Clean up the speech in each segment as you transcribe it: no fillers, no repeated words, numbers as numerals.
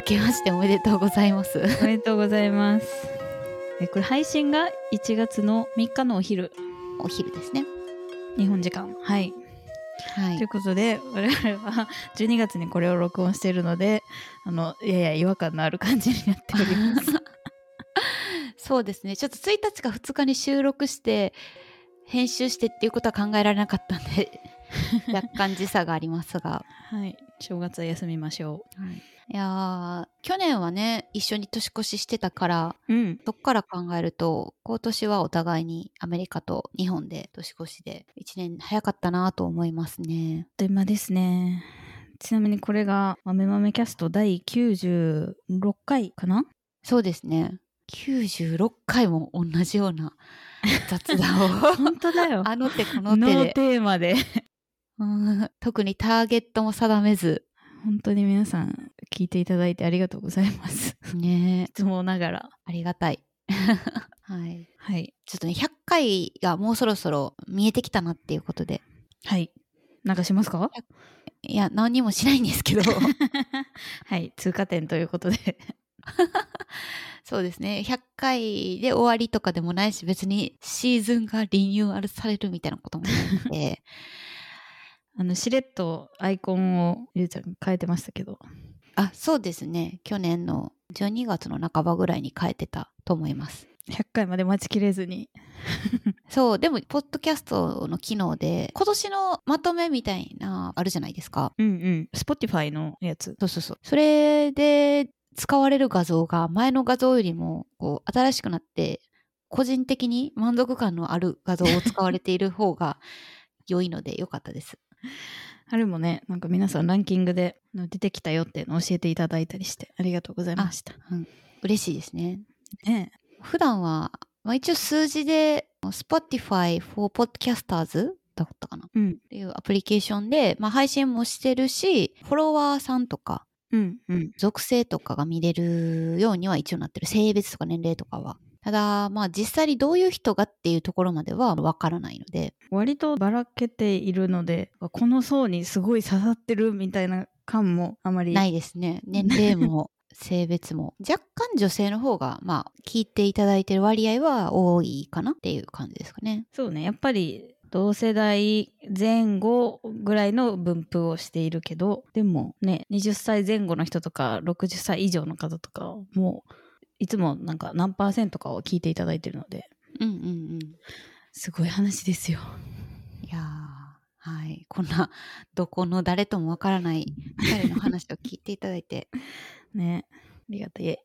けましておめでとうございます。 おめでとうございます。これ配信が1月の3日のお昼ですね。 日本時間。はい。 はい。 ということで我々は12月にこれを録音しているのでやや違和感のある感じになっております。 そうですね。ちょっと1日か2日に収録して編集してっていうことは考えられなかったんで若干時差がありますが、 はい、正月は休みましょう。はい、いや去年はね一緒に年越ししてたから、そっから考えると今年はお互いにアメリカと日本で年越しで1年早かったなと思いますね。 という間ですね。ちなみにこれが豆豆キャスト第96回かな。 そうですね。96回も同じような雑談を本当だよ。 あの手この手でノーテーマで特にターゲットも定めず、 本当に皆さん聞いていただいてありがとうございますね。 いつもながらありがたいはい、 はい。 ちょっとね100回がもうそろそろ見えてきたなっていうことで。 はい。なんかしますか？ いや何にもしないんですけどはい通過点ということでそうですね。100回で終わりとかでもないし、別にシーズンがリニューアルされるみたいなこともないのでしれっとアイコンをゆうちゃん変えてましたけど。 あ、そうですね。去年の12月の半ばぐらいに変えてたと思います。 100回まで待ちきれずにそうでもポッドキャストの機能で今年のまとめみたいなあるじゃないですか。 Spotify のやつ。 そうそれで使われる画像が前の画像よりもこう新しくなって個人的に満足感のある画像を使われている方が良いので良かったです。 あれもね、なんか皆さんランキングで出てきたよっていうのを教えていただいたりしてありがとうございました。 嬉しいですね。 ねえ。 普段は、一応数字で Spotify for Podcasters だったかな、っていうアプリケーションで、配信もしてるし、フォロワーさんとか、属性とかが見れるようには一応なってる。性別とか年齢とかは。ただ実際にどういう人がっていうところまではわからないので、 割とばらけているのでこの層にすごい刺さってるみたいな感もあまりないですね。年齢も性別も若干女性の方が聞いていただいてる割合は多いかなっていう感じですかね。 そうね、やっぱり同世代前後ぐらいの分布をしているけど、でもね20歳前後の人とか60歳以上の方とかもういつもなんか何%かを聞いていただいてるので、すごい話ですよ。 いやはい、こんなどこの誰ともわからない2人の話を聞いていただいてね、ありがたい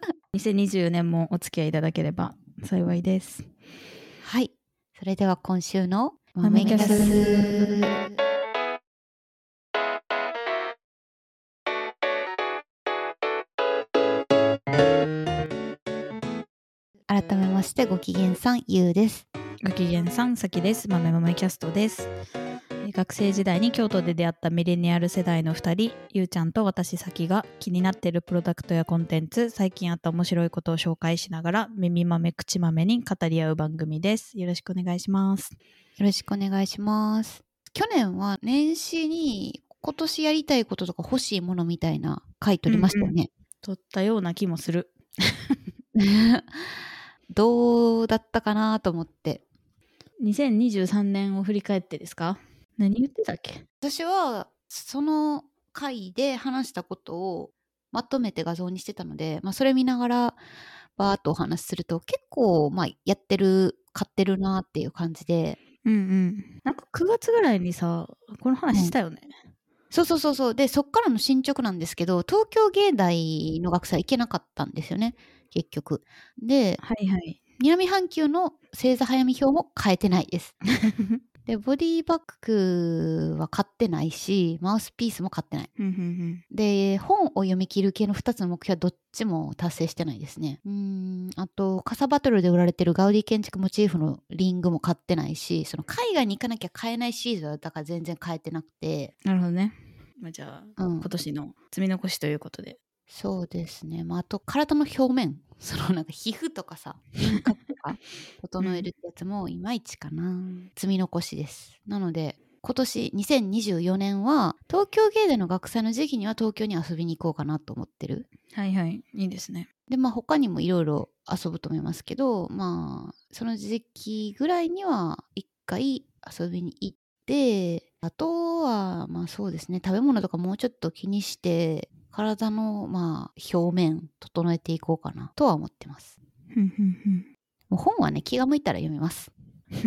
2024年もお付き合いいただければ幸いです。 はい、それでは今週の豆キャス。 改めましてご機嫌さんゆうです。 ご機嫌さんさきです。豆キャストです。学生時代に京都で出会ったミレニアル世代の2人、ゆうちゃんと私さきが気になっているプロダクトやコンテンツ、最近あった面白いことを紹介しながら耳豆口豆に語り合う番組です。よろしくお願いします。 よろしくお願いします。去年は年始に今年やりたいこととか欲しいものみたいな回取りましたよね。 取ったような気もするどうだったかなと思って。 2023年を振り返ってですか？何言ってたっけ？ 私はその回で話したことをまとめて画像にしてたので、それ見ながらバーッとお話しすると結構やってる買ってるなっていう感じで、 なんか9月ぐらいにさこの話したよね。 そうでそっからの進捗なんですけど、東京芸大の学祭行けなかったんですよね結局で。南半球の星座早見表も変えてないですでボディバッグは買ってないしマウスピースも買ってない、で本を読み切る系の2つの目標はどっちも達成してないですね。あとカサバトルで売られてるガウディ建築モチーフのリングも買ってないし、その海外に行かなきゃ買えないシーズンはだから全然買えてなくて。 なるほどね。じゃあ、今年の積み残しということで。 そうですね。あと体の表面、そのなんか皮膚とかさ、輪郭とか整えるってやつもいまいちかな。積み残しです。なので今年2024年は東京芸大の学祭の時期には東京に遊びに行こうかなと思ってる。 はいはい、いいですね。 で他にもいろいろ遊ぶと思いますけど、その時期ぐらいには一回遊びに行って、あとはそうですね、食べ物とかもうちょっと気にして体の表面整えていこうかなとは思ってます。もう本はね、気が向いたら読みます。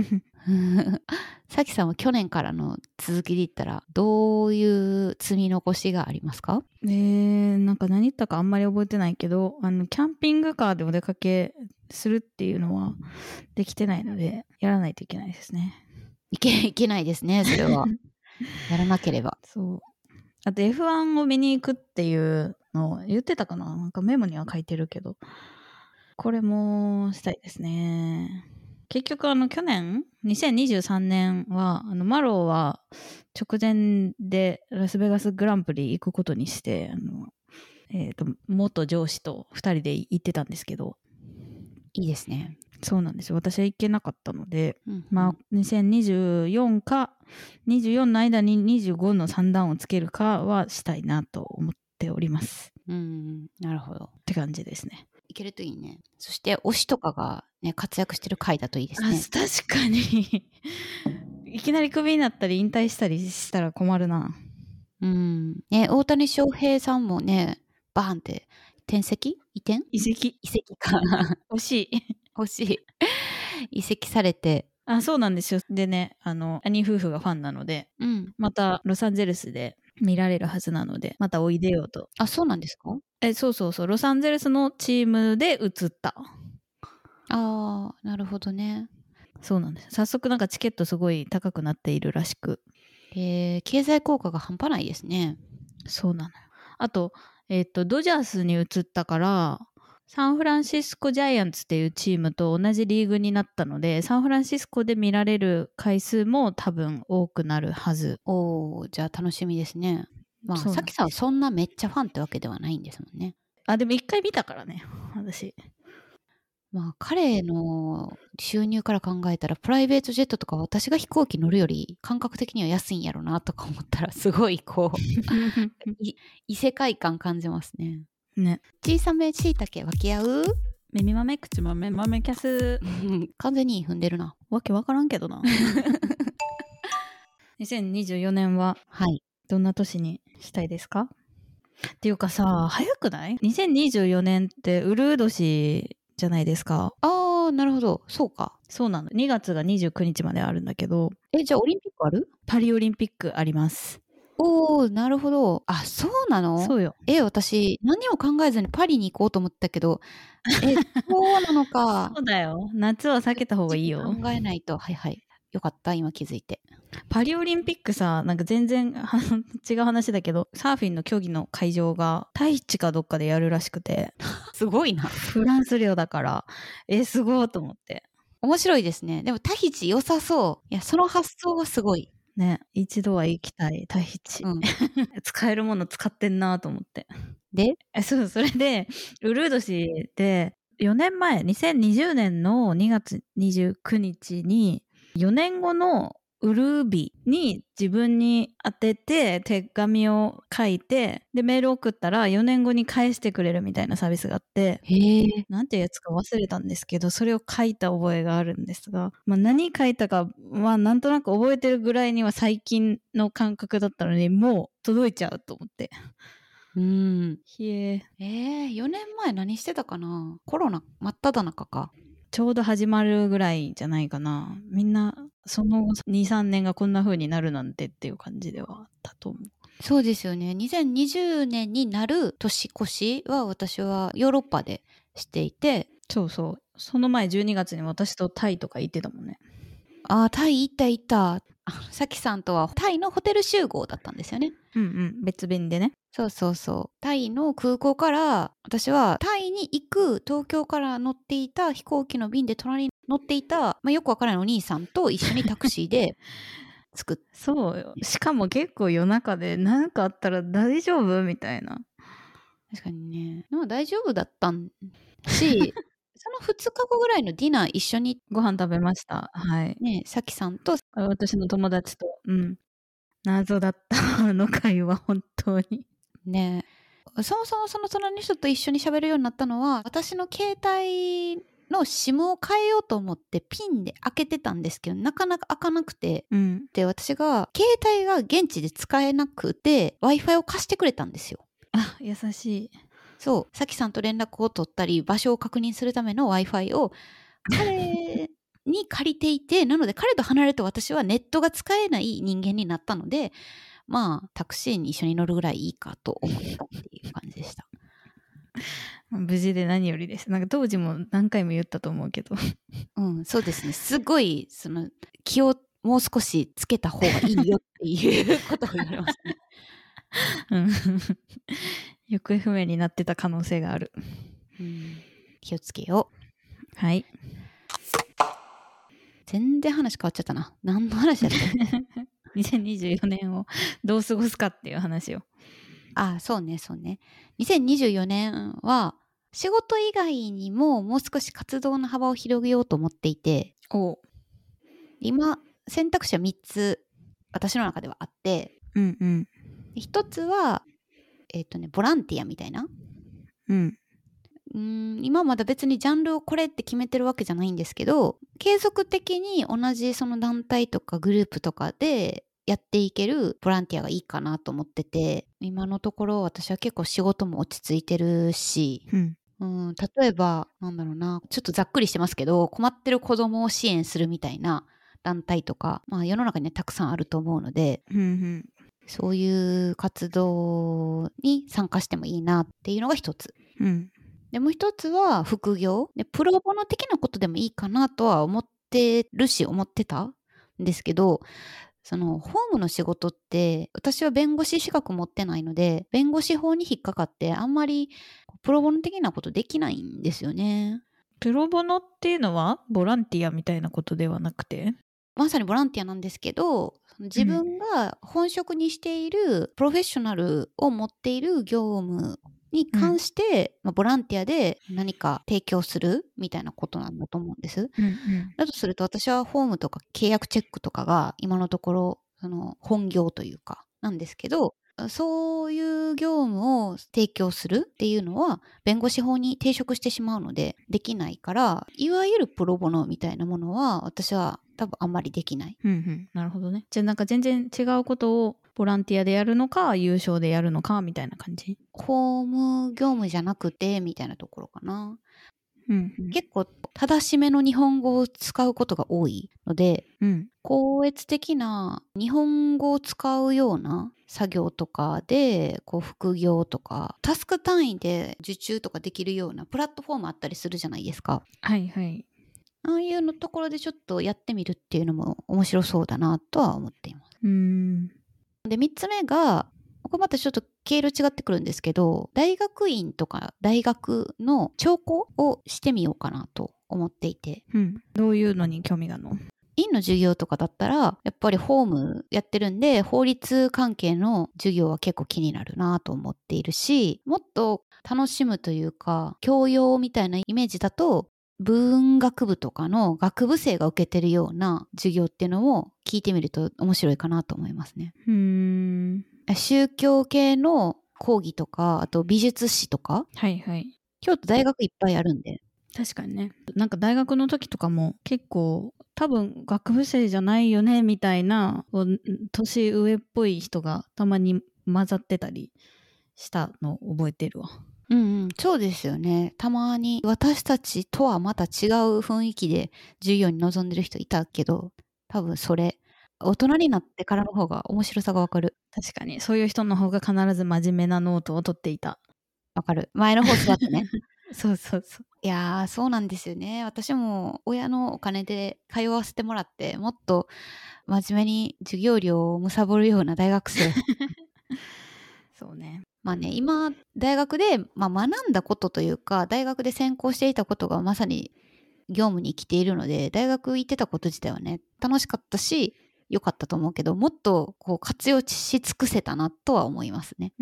さきさんは去年からの続きで言ったらどういう積み残しがありますか？ なんか何言ったかあんまり覚えてないけど、キャンピングカーでお出かけするっていうのはできてないので、やらないといけないですね。 いけないですね、それは。やらなければ。 そう。あと F1 を見に行くっていうのを言ってたかな？なんかメモには書いてるけど、これもしたいですね。結局去年2023年はマローは直前でラスベガスグランプリ行くことにして元上司と2人で行ってたんですけど、 いいですね。 そうなんですよ。私は行けなかったので、 まあ 2024か24の間に25の3段をつけるかはしたいなと思っております。 なるほど。 って感じですね。 いけるといいね。そして推しとかがね活躍してる回だといいですね。 確かにいきなりクビになったり引退したりしたら困るな。 ね、大谷翔平さんもねバーンって移籍か惜しい移籍されて。 そうなんですよ。でね、兄夫婦がファンなので、またロサンゼルスで見られるはずなので、またおいでよと。 あ、そうなんですか？ そうロサンゼルスのチームで移った。 なるほどね。 そうなんです。早速なんかチケットすごい高くなっているらしく。 経済効果が半端ないですね。 そうなのよ。あとドジャースに移ったからサンフランシスコジャイアンツっていうチームと同じリーグになったので、サンフランシスコで見られる回数も多分多くなるはず。 じゃあ楽しみですね。さきさんはそんなめっちゃファンってわけではないんですもんね。 でも一回見たからね、私。 彼の収入から考えたらプライベートジェットとか私が飛行機乗るより感覚的には安いんやろなとか思ったらすごい異世界観感じますね。小さめしいたけ分け合う？ 耳豆口豆豆キャス完全に踏んでるな。 わけわからんけどな。2024年はどんな年にしたいですか？っていうかさ、早くない？ 2024 年ってウルー年じゃないですか。 なるほど。そうか。 そうなの。2月が29日まであるんだけど。 じゃあオリンピックある？パリオリンピックあります。 なるほど。そうなの？ そうよ。 私何も考えずにパリに行こうと思ったけどそうなのか。 そうだよ。夏は避けた方がいいよ。 考えないと。はいよかった、今気づいて。 パリオリンピックさ、なんか全然違う話だけど、サーフィンの競技の会場がタヒチかどっかでやるらしくてすごいな。 フランス領だからすごいと思って。 面白いですね。でもタヒチ良さそう。いや、その発想はすごいね。一度は行きたいタヒチ、使えるもの使ってんなと思って。 でそれでウルー年で4年前2020年の2月29日に4年後のウルー日に自分に当てて手紙を書いて、でメール送ったら4年後に返してくれるみたいなサービスがあって、なんていうやつか忘れたんですけど、それを書いた覚えがあるんですが、何書いたかなんとなく覚えてるぐらいには最近の感覚だったのに、もう届いちゃうと思って。4 年前何してたかな？コロナ真っ只中か。 ちょうど始まるぐらいじゃないかな。みんなその 2,3 年がこんな風になるなんてっていう感じではあったと思う。 そうですよね。2020年になる年越しは私はヨーロッパでしていて。 そうその前12月に私とタイとか行ってたもんね。 タイ行ったさきさんとはタイのホテル集合だったんですよね。 別便でね。 そうタイの空港から私はタイに行く東京から乗っていた飛行機の便で隣に乗っていた、よくわからないお兄さんと一緒にタクシーで作っそうよ。しかも結構夜中で何かあったら大丈夫みたいな。 確かにね。大丈夫だったしその2日後ぐらいのディナー一緒にご飯食べました。はいね。さきさんと私の友達と謎だったあの会は本当にね。 そもそもその隣の人と一緒に喋るようになったのは、私の携帯の SIM を変えようと思ってピンで開けてたんですけど、なかなか開かなくて、で、私が携帯が現地で使えなくて Wi-Fi を貸してくれたんですよ。 あ、優しい。 そう、さきさんと連絡を取ったり場所を確認するための Wi-Fi を彼に借りていて、なので彼と離れると私はネットが使えない人間になったので、まあタクシーに一緒に乗るぐらいいいかと思ったっていう感じでした。 無事で何よりです。なんか当時も何回も言ったと思うけど。 うん、そうですね。すごいその気をもう少しつけた方がいいよっていうことを言われましたね。 行方不明になってた可能性がある。 気をつけよう。はい。 全然話変わっちゃったな。何の話だった 2024年をどう過ごすかっていう話を。 あ、そうね、そうね。2024年は仕事以外にももう少し活動の幅を広げようと思っていて、今選択肢は3つ私の中ではあって、1つはボランティアみたいな。今まだ別にジャンルをこれって決めてるわけじゃないんですけど、継続的に同じその団体とかグループとかでやっていけるボランティアがいいかなと思ってて、今のところ私は結構仕事も落ち着いてるし、例えばなんだろうな、ちょっとざっくりしてますけど、困ってる子供を支援するみたいな団体とか、まあ世の中にねたくさんあると思うので、そういう活動に参加してもいいなっていうのが一つ。でもう一つは副業で、プロボノ的なことでもいいかなとは思ってるし思ってたんですけど、その法務の仕事って私は弁護士資格持ってないので、弁護士法に引っかかってあんまりプロボノ的なことできないんですよね。 プロボノっていうのはボランティアみたいなことではなくて、 まさにボランティアなんですけど、自分が本職にしているプロフェッショナルを持っている業務に関して、ボランティアで何か提供するみたいなことなんだと思うんです。だとすると私はフォームとか契約チェックとかが今のところその本業というかなんですけど、そういう業務を提供するっていうのは弁護士法に抵触してしまうのでできないから、いわゆるプロボノみたいなものは私は多分あんまりできない。 なるほどね。じゃあなんか全然違うことをボランティアでやるのか有償でやるのかみたいな感じ？ 法務業務じゃなくてみたいなところかな。結構正しめの日本語を使うことが多いので、校閲的な日本語を使うような作業とかでこう副業とかタスク単位で受注とかできるようなプラットフォームあったりするじゃないですか。 はいはい。 ああいうのところでちょっとやってみるっていうのも面白そうだなとは思っています。で3つ目がここまたちょっと経路違ってくるんですけど、大学院とか大学の聴講をしてみようかなと思っていて、 どういうのに興味があるの？ 院の授業とかだったらやっぱり法務やってるんで法律関係の授業は結構気になるなと思っているし、もっと楽しむというか教養みたいなイメージだと文学部とかの学部生が受けてるような授業っていうのも聞いてみると面白いかなと思いますね。宗教系の講義とか、あと美術史とか、京都大学いっぱいあるんで。 確かにね。なんか大学の時とかも結構多分学部生じゃないよねみたいな年上っぽい人がたまに混ざってたりしたのを覚えてるわ。 そうですよね。たまに私たちとはまた違う雰囲気で授業に臨んでる人いたけど、多分それ大人になってからの方が面白さがわかる。 確かにそういう人の方が必ず真面目なノートを取っていた。 わかる。前の方座ってね。 そうそうそう。 いやー、そうなんですよね。私も親のお金で通わせてもらって、もっと真面目に授業料を貪るような大学生。 そうね。 まあね、今大学で、学んだことというか大学で専攻していたことがまさに業務に生きているので、大学行ってたこと自体はね楽しかったし良かったと思うけど、もっとこう活用し尽くせたなとは思いますね。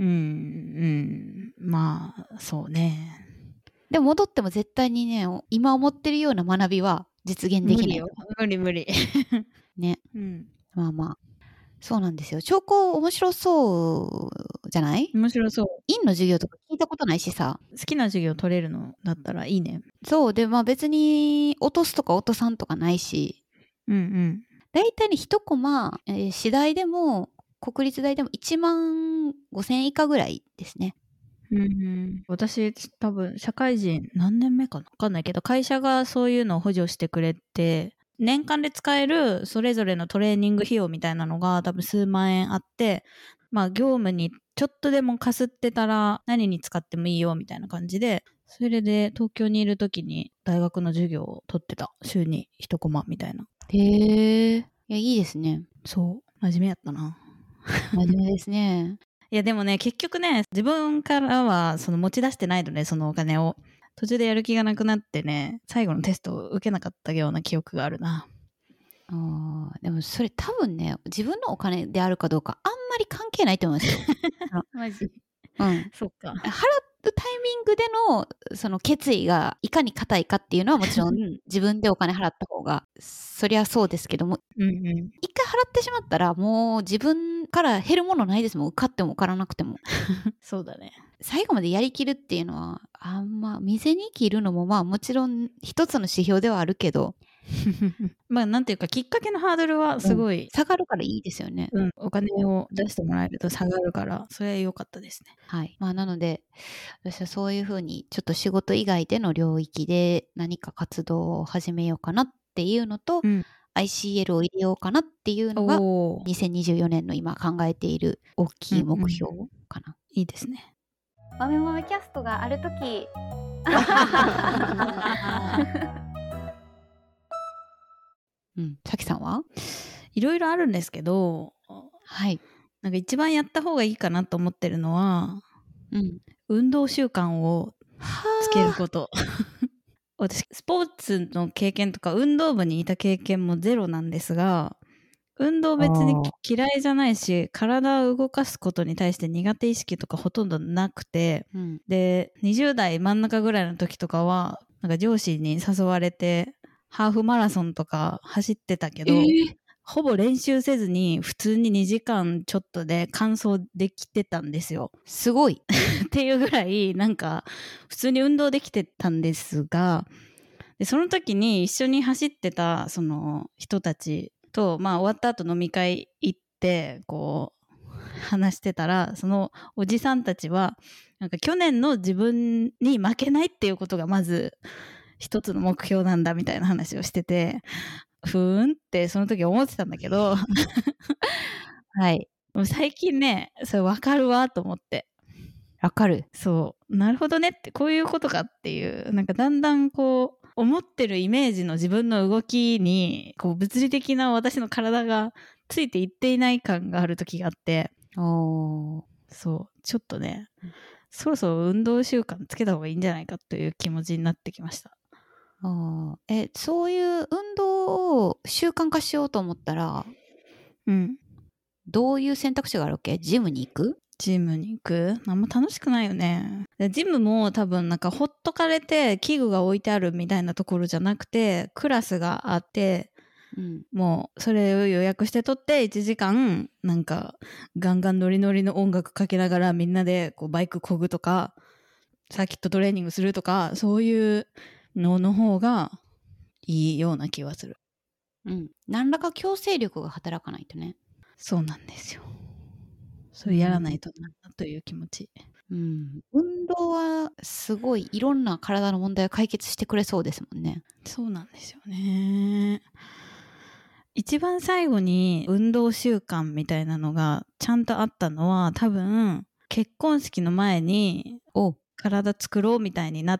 まあそうね。でも戻っても絶対にね今思ってるような学びは実現できない。 無理ね、まあそうなんですよ。聴講面白そうじゃない？ 面白そう。 院の授業とか聞いたことないしさ。 好きな授業取れるのだったらいいね。 そうで、まあ別に落とすとか落とさんとかないし、 うんうん。 だいたい1コマ、私大でも国立大でも1万5千円以下ぐらいですね。 私多分社会人何年目かな分かんないけど、会社がそういうのを補助してくれて、年間で使えるそれぞれのトレーニング費用みたいなのが多分数万円あって、まあ業務にちょっとでもかすってたら何に使ってもいいよみたいな感じで、それで東京にいる時に大学の授業を取ってた。週に1コマみたいな。 へえ。いや、いいですね。 そう。真面目やったな。 真面目ですね。 いやでもね、結局ね、自分からはその持ち出してないのね、そのお金を。途中でやる気がなくなってね、最後のテストを受けなかったような記憶があるな。 でもそれ多分ね、自分のお金であるかどうかあんまり関係ないと思いますよ。 マジ。 うん。 そっか。 払うタイミングでのその決意がいかに固いかっていうのはもちろん自分でお金払った方がそりゃそうですけども、一回払ってしまったらもう自分から減るものないですもん。受かっても受からなくても。 そうだね。 最後までやりきるっていうのはあんま水に切るのもまあもちろん一つの指標ではあるけどまあなんていうかきっかけのハードルはすごい、 下がるからいいですよね。 お金を出してもらえると下がるからそれは良かったですね。 はい。まあなので私はそういうふうにちょっと仕事以外での領域で何か活動を始めようかなっていうのと、ICL を入れようかなっていうのが2024年の今考えている大きい目標かな。 いいですね。 豆豆キャストがあるときさきさんはいろいろあるんですけど、 はい。 なんか一番やった方がいいかなと思ってるのは、運動習慣をつけること。私スポーツの経験とか運動部にいた経験もゼロなんですが、運動別に嫌いじゃないし、体を動かすことに対して苦手意識とかほとんどなくて、で20代真ん中ぐらいの時とかはなんか上司に誘われてハーフマラソンとか走ってたけど、ほぼ練習せずに普通に2時間ちょっとで完走できてたんですよ。 すごいっていうぐらいなんか普通に運動できてたんですが、でその時に一緒に走ってたその人たちと、まあ、終わった後飲み会行ってこう話してたら、そのおじさんたちはなんか去年の自分に負けないっていうことがまず一つの目標なんだみたいな話をしてて、ふーんってその時思ってたんだけどはい。 最近ね、それ分かるわと思って。 分かる。 そうなるほどねって、こういうことかっていう、なんかだんだんこう思ってるイメージの自分の動きにこう物理的な私の体がついていっていない感がある時があって、そうちょっとね、そろそろ運動習慣つけた方がいいんじゃないかという気持ちになってきました。 そういう運動を習慣化しようと思ったら、どういう選択肢があるわけ？ジムに行く？ ジムに行く？あんま楽しくないよね。ジムも多分なんかほっとかれて器具が置いてあるみたいなところじゃなくて、クラスがあって、もうそれを予約して取って1時間なんかガンガンノリノリの音楽かけながらみんなでこうバイク漕ぐとかサーキットトレーニングするとか、そういうのの方がいいような気はする。 何らか強制力が働かないとね。 そうなんですよ。それやらないとなという気持ち。 運動はすごいいろんな体の問題を解決してくれそうですもんね。 そうなんですよね。一番最後に運動習慣みたいなのがちゃんとあったのは、多分結婚式の前に体作ろうみたいになって、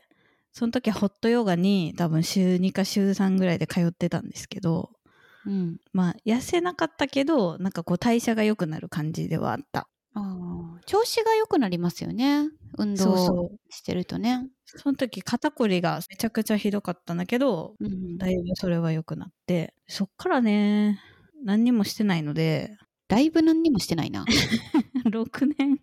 その時はホットヨガに多分週2か週3ぐらいで通ってたんですけど、まあ痩せなかったけどなんかこう代謝が良くなる感じではあった。 調子が良くなりますよね、運動してるとね。 その時肩こりがめちゃくちゃひどかったんだけど、だいぶそれは良くなって、そっからね何にもしてないので。 だいぶ何にもしてないな 6年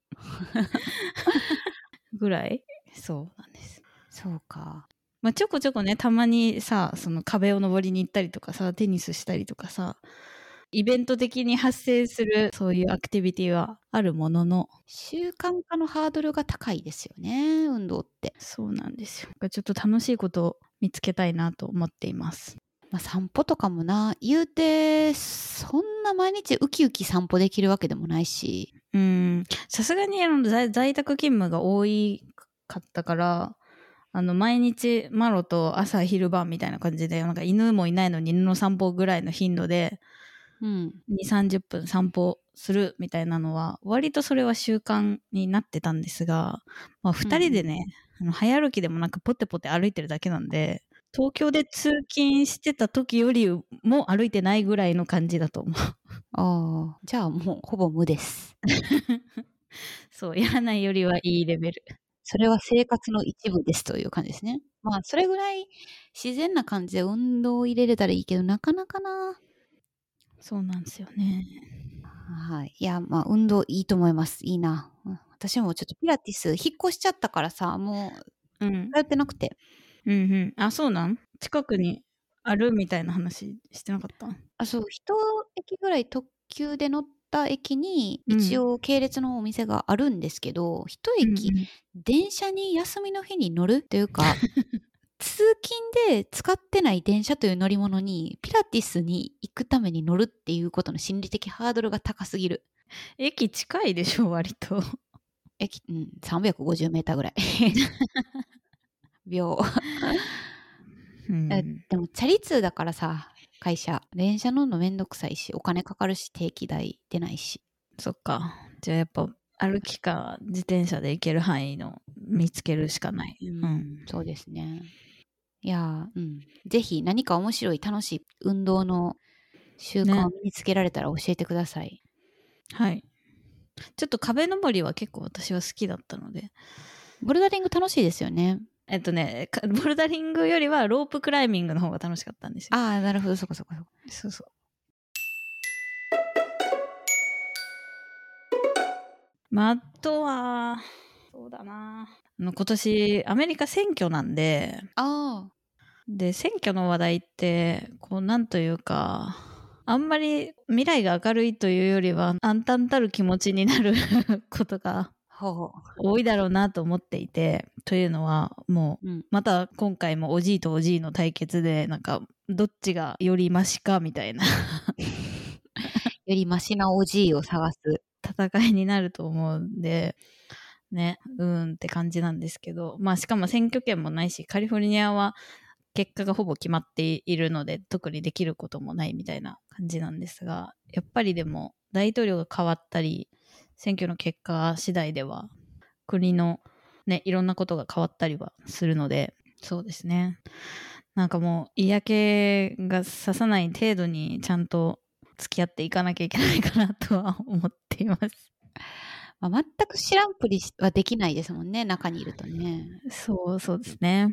ぐらい。そうなんです。 そうか。 まあちょこちょこね、たまにさ、その壁を登りに行ったりとかさ、テニスしたりとかさ、 イベント的に発生するそういうアクティビティはあるものの、 習慣化のハードルが高いですよね、運動って。 そうなんですよ。ちょっと楽しいことを見つけたいなと思っています。 散歩とかもな、言うてそんな毎日ウキウキ散歩できるわけでもないし、 さすがに在宅勤務が多かったから、毎日マロと朝昼晩みたいな感じで、なんか犬もいないのに犬の散歩ぐらいの頻度で、2、30分散歩するみたいなのは割とそれは習慣になってたんですが、2人でね、早歩きでもなんかポテポテ歩いてるだけなんで、東京で通勤してた時よりも歩いてないぐらいの感じだと思う。 じゃあもうほぼ無です。 そう、やらないよりはいいレベル。 それは生活の一部ですという感じですね。それぐらい自然な感じで運動を入れれたらいいけど、なかなかな。 そうなんですよね。 はい。いや、運動いいと思います。いいな。私もちょっとピラティス引っ越しちゃったからさ、もう、通ってなくて。 あ、そうなん？近くにあるみたいな話してなかった？ そう、一駅ぐらい特急で乗った駅に一応系列のお店があるんですけど、一駅、電車に休みの日に乗るというか通勤で使ってない電車という乗り物にピラティスに行くために乗るっていうことの心理的ハードルが高すぎる。 駅近いでしょ、割と。 駅、350メーターぐらい秒でもチャリ通だからさ、会社電車乗るのめんどくさいし、お金かかるし、定期代出ないし。 そっか。じゃあやっぱ歩きか自転車で行ける範囲の見つけるしかない。 そうですね。いや、ぜひ何か面白い楽しい運動の習慣を身につけられたら教えてください。 はい。ちょっと壁登りは結構私は好きだったので。 ボルダリング楽しいですよね。 ボルダリングよりはロープクライミングの方が楽しかったんですよ。 なるほど、そこ。 そうそう。あとは、そうだな。今年アメリカ選挙なんで、で、選挙の話題って、なんというか、あんまり未来が明るいというよりは暗淡たる気持ちになることが多いだろうなと思っていて、というのはもう、また今回もおじいとおじいの対決でなんかどっちがよりマシかみたいなよりマシなおじいを探す戦いになると思うんでね、って感じなんですけど、しかも選挙権もないし、カリフォルニアは結果がほぼ決まっているので特にできることもないみたいな感じなんですが、やっぱりでも大統領が変わったり選挙の結果次第では国のね、いろんなことが変わったりはするので、そうですね、なんかもう嫌気がささない程度にちゃんと付き合っていかなきゃいけないかなとは思っています。 全く知らんぷりはできないですもんね、中にいるとね。 そうですね。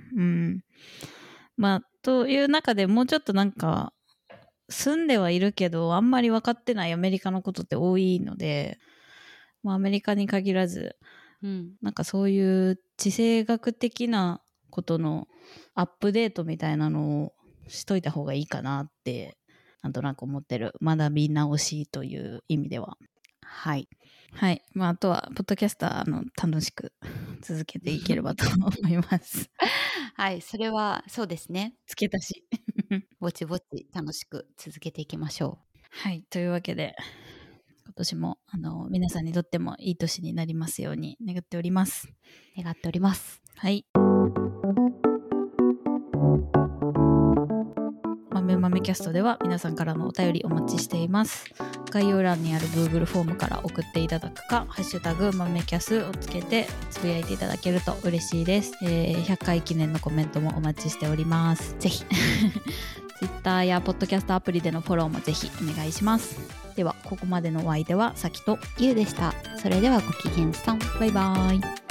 という中でもうちょっとなんか住んではいるけどあんまり分かってないアメリカのことって多いので、アメリカに限らず、なんかそういう地政学的なことのアップデートみたいなのをしといた方がいいかなってなんとなく思ってる。学び直しという意味では。はい。あとはポッドキャスター楽しく続けていければと思います。 はい、それはそうですね。 つけたしぼちぼち楽しく続けていきましょう。 はい、というわけで今年も皆さんにとってもいい年になりますように願っております。 願っております。 はい。豆キャストでは皆さんからのお便りお待ちしています。概要欄にある Google フォームから送っていただくか、ハッシュタグ豆キャスをつけてつぶやいていただけると嬉しいです。100回記念のコメントもお待ちしております。ぜひTwitter やポッドキャストアプリでのフォローもぜひお願いします。ではここまでのお相手はさきとゆうでした。それではごきげんさん。 バイバイ。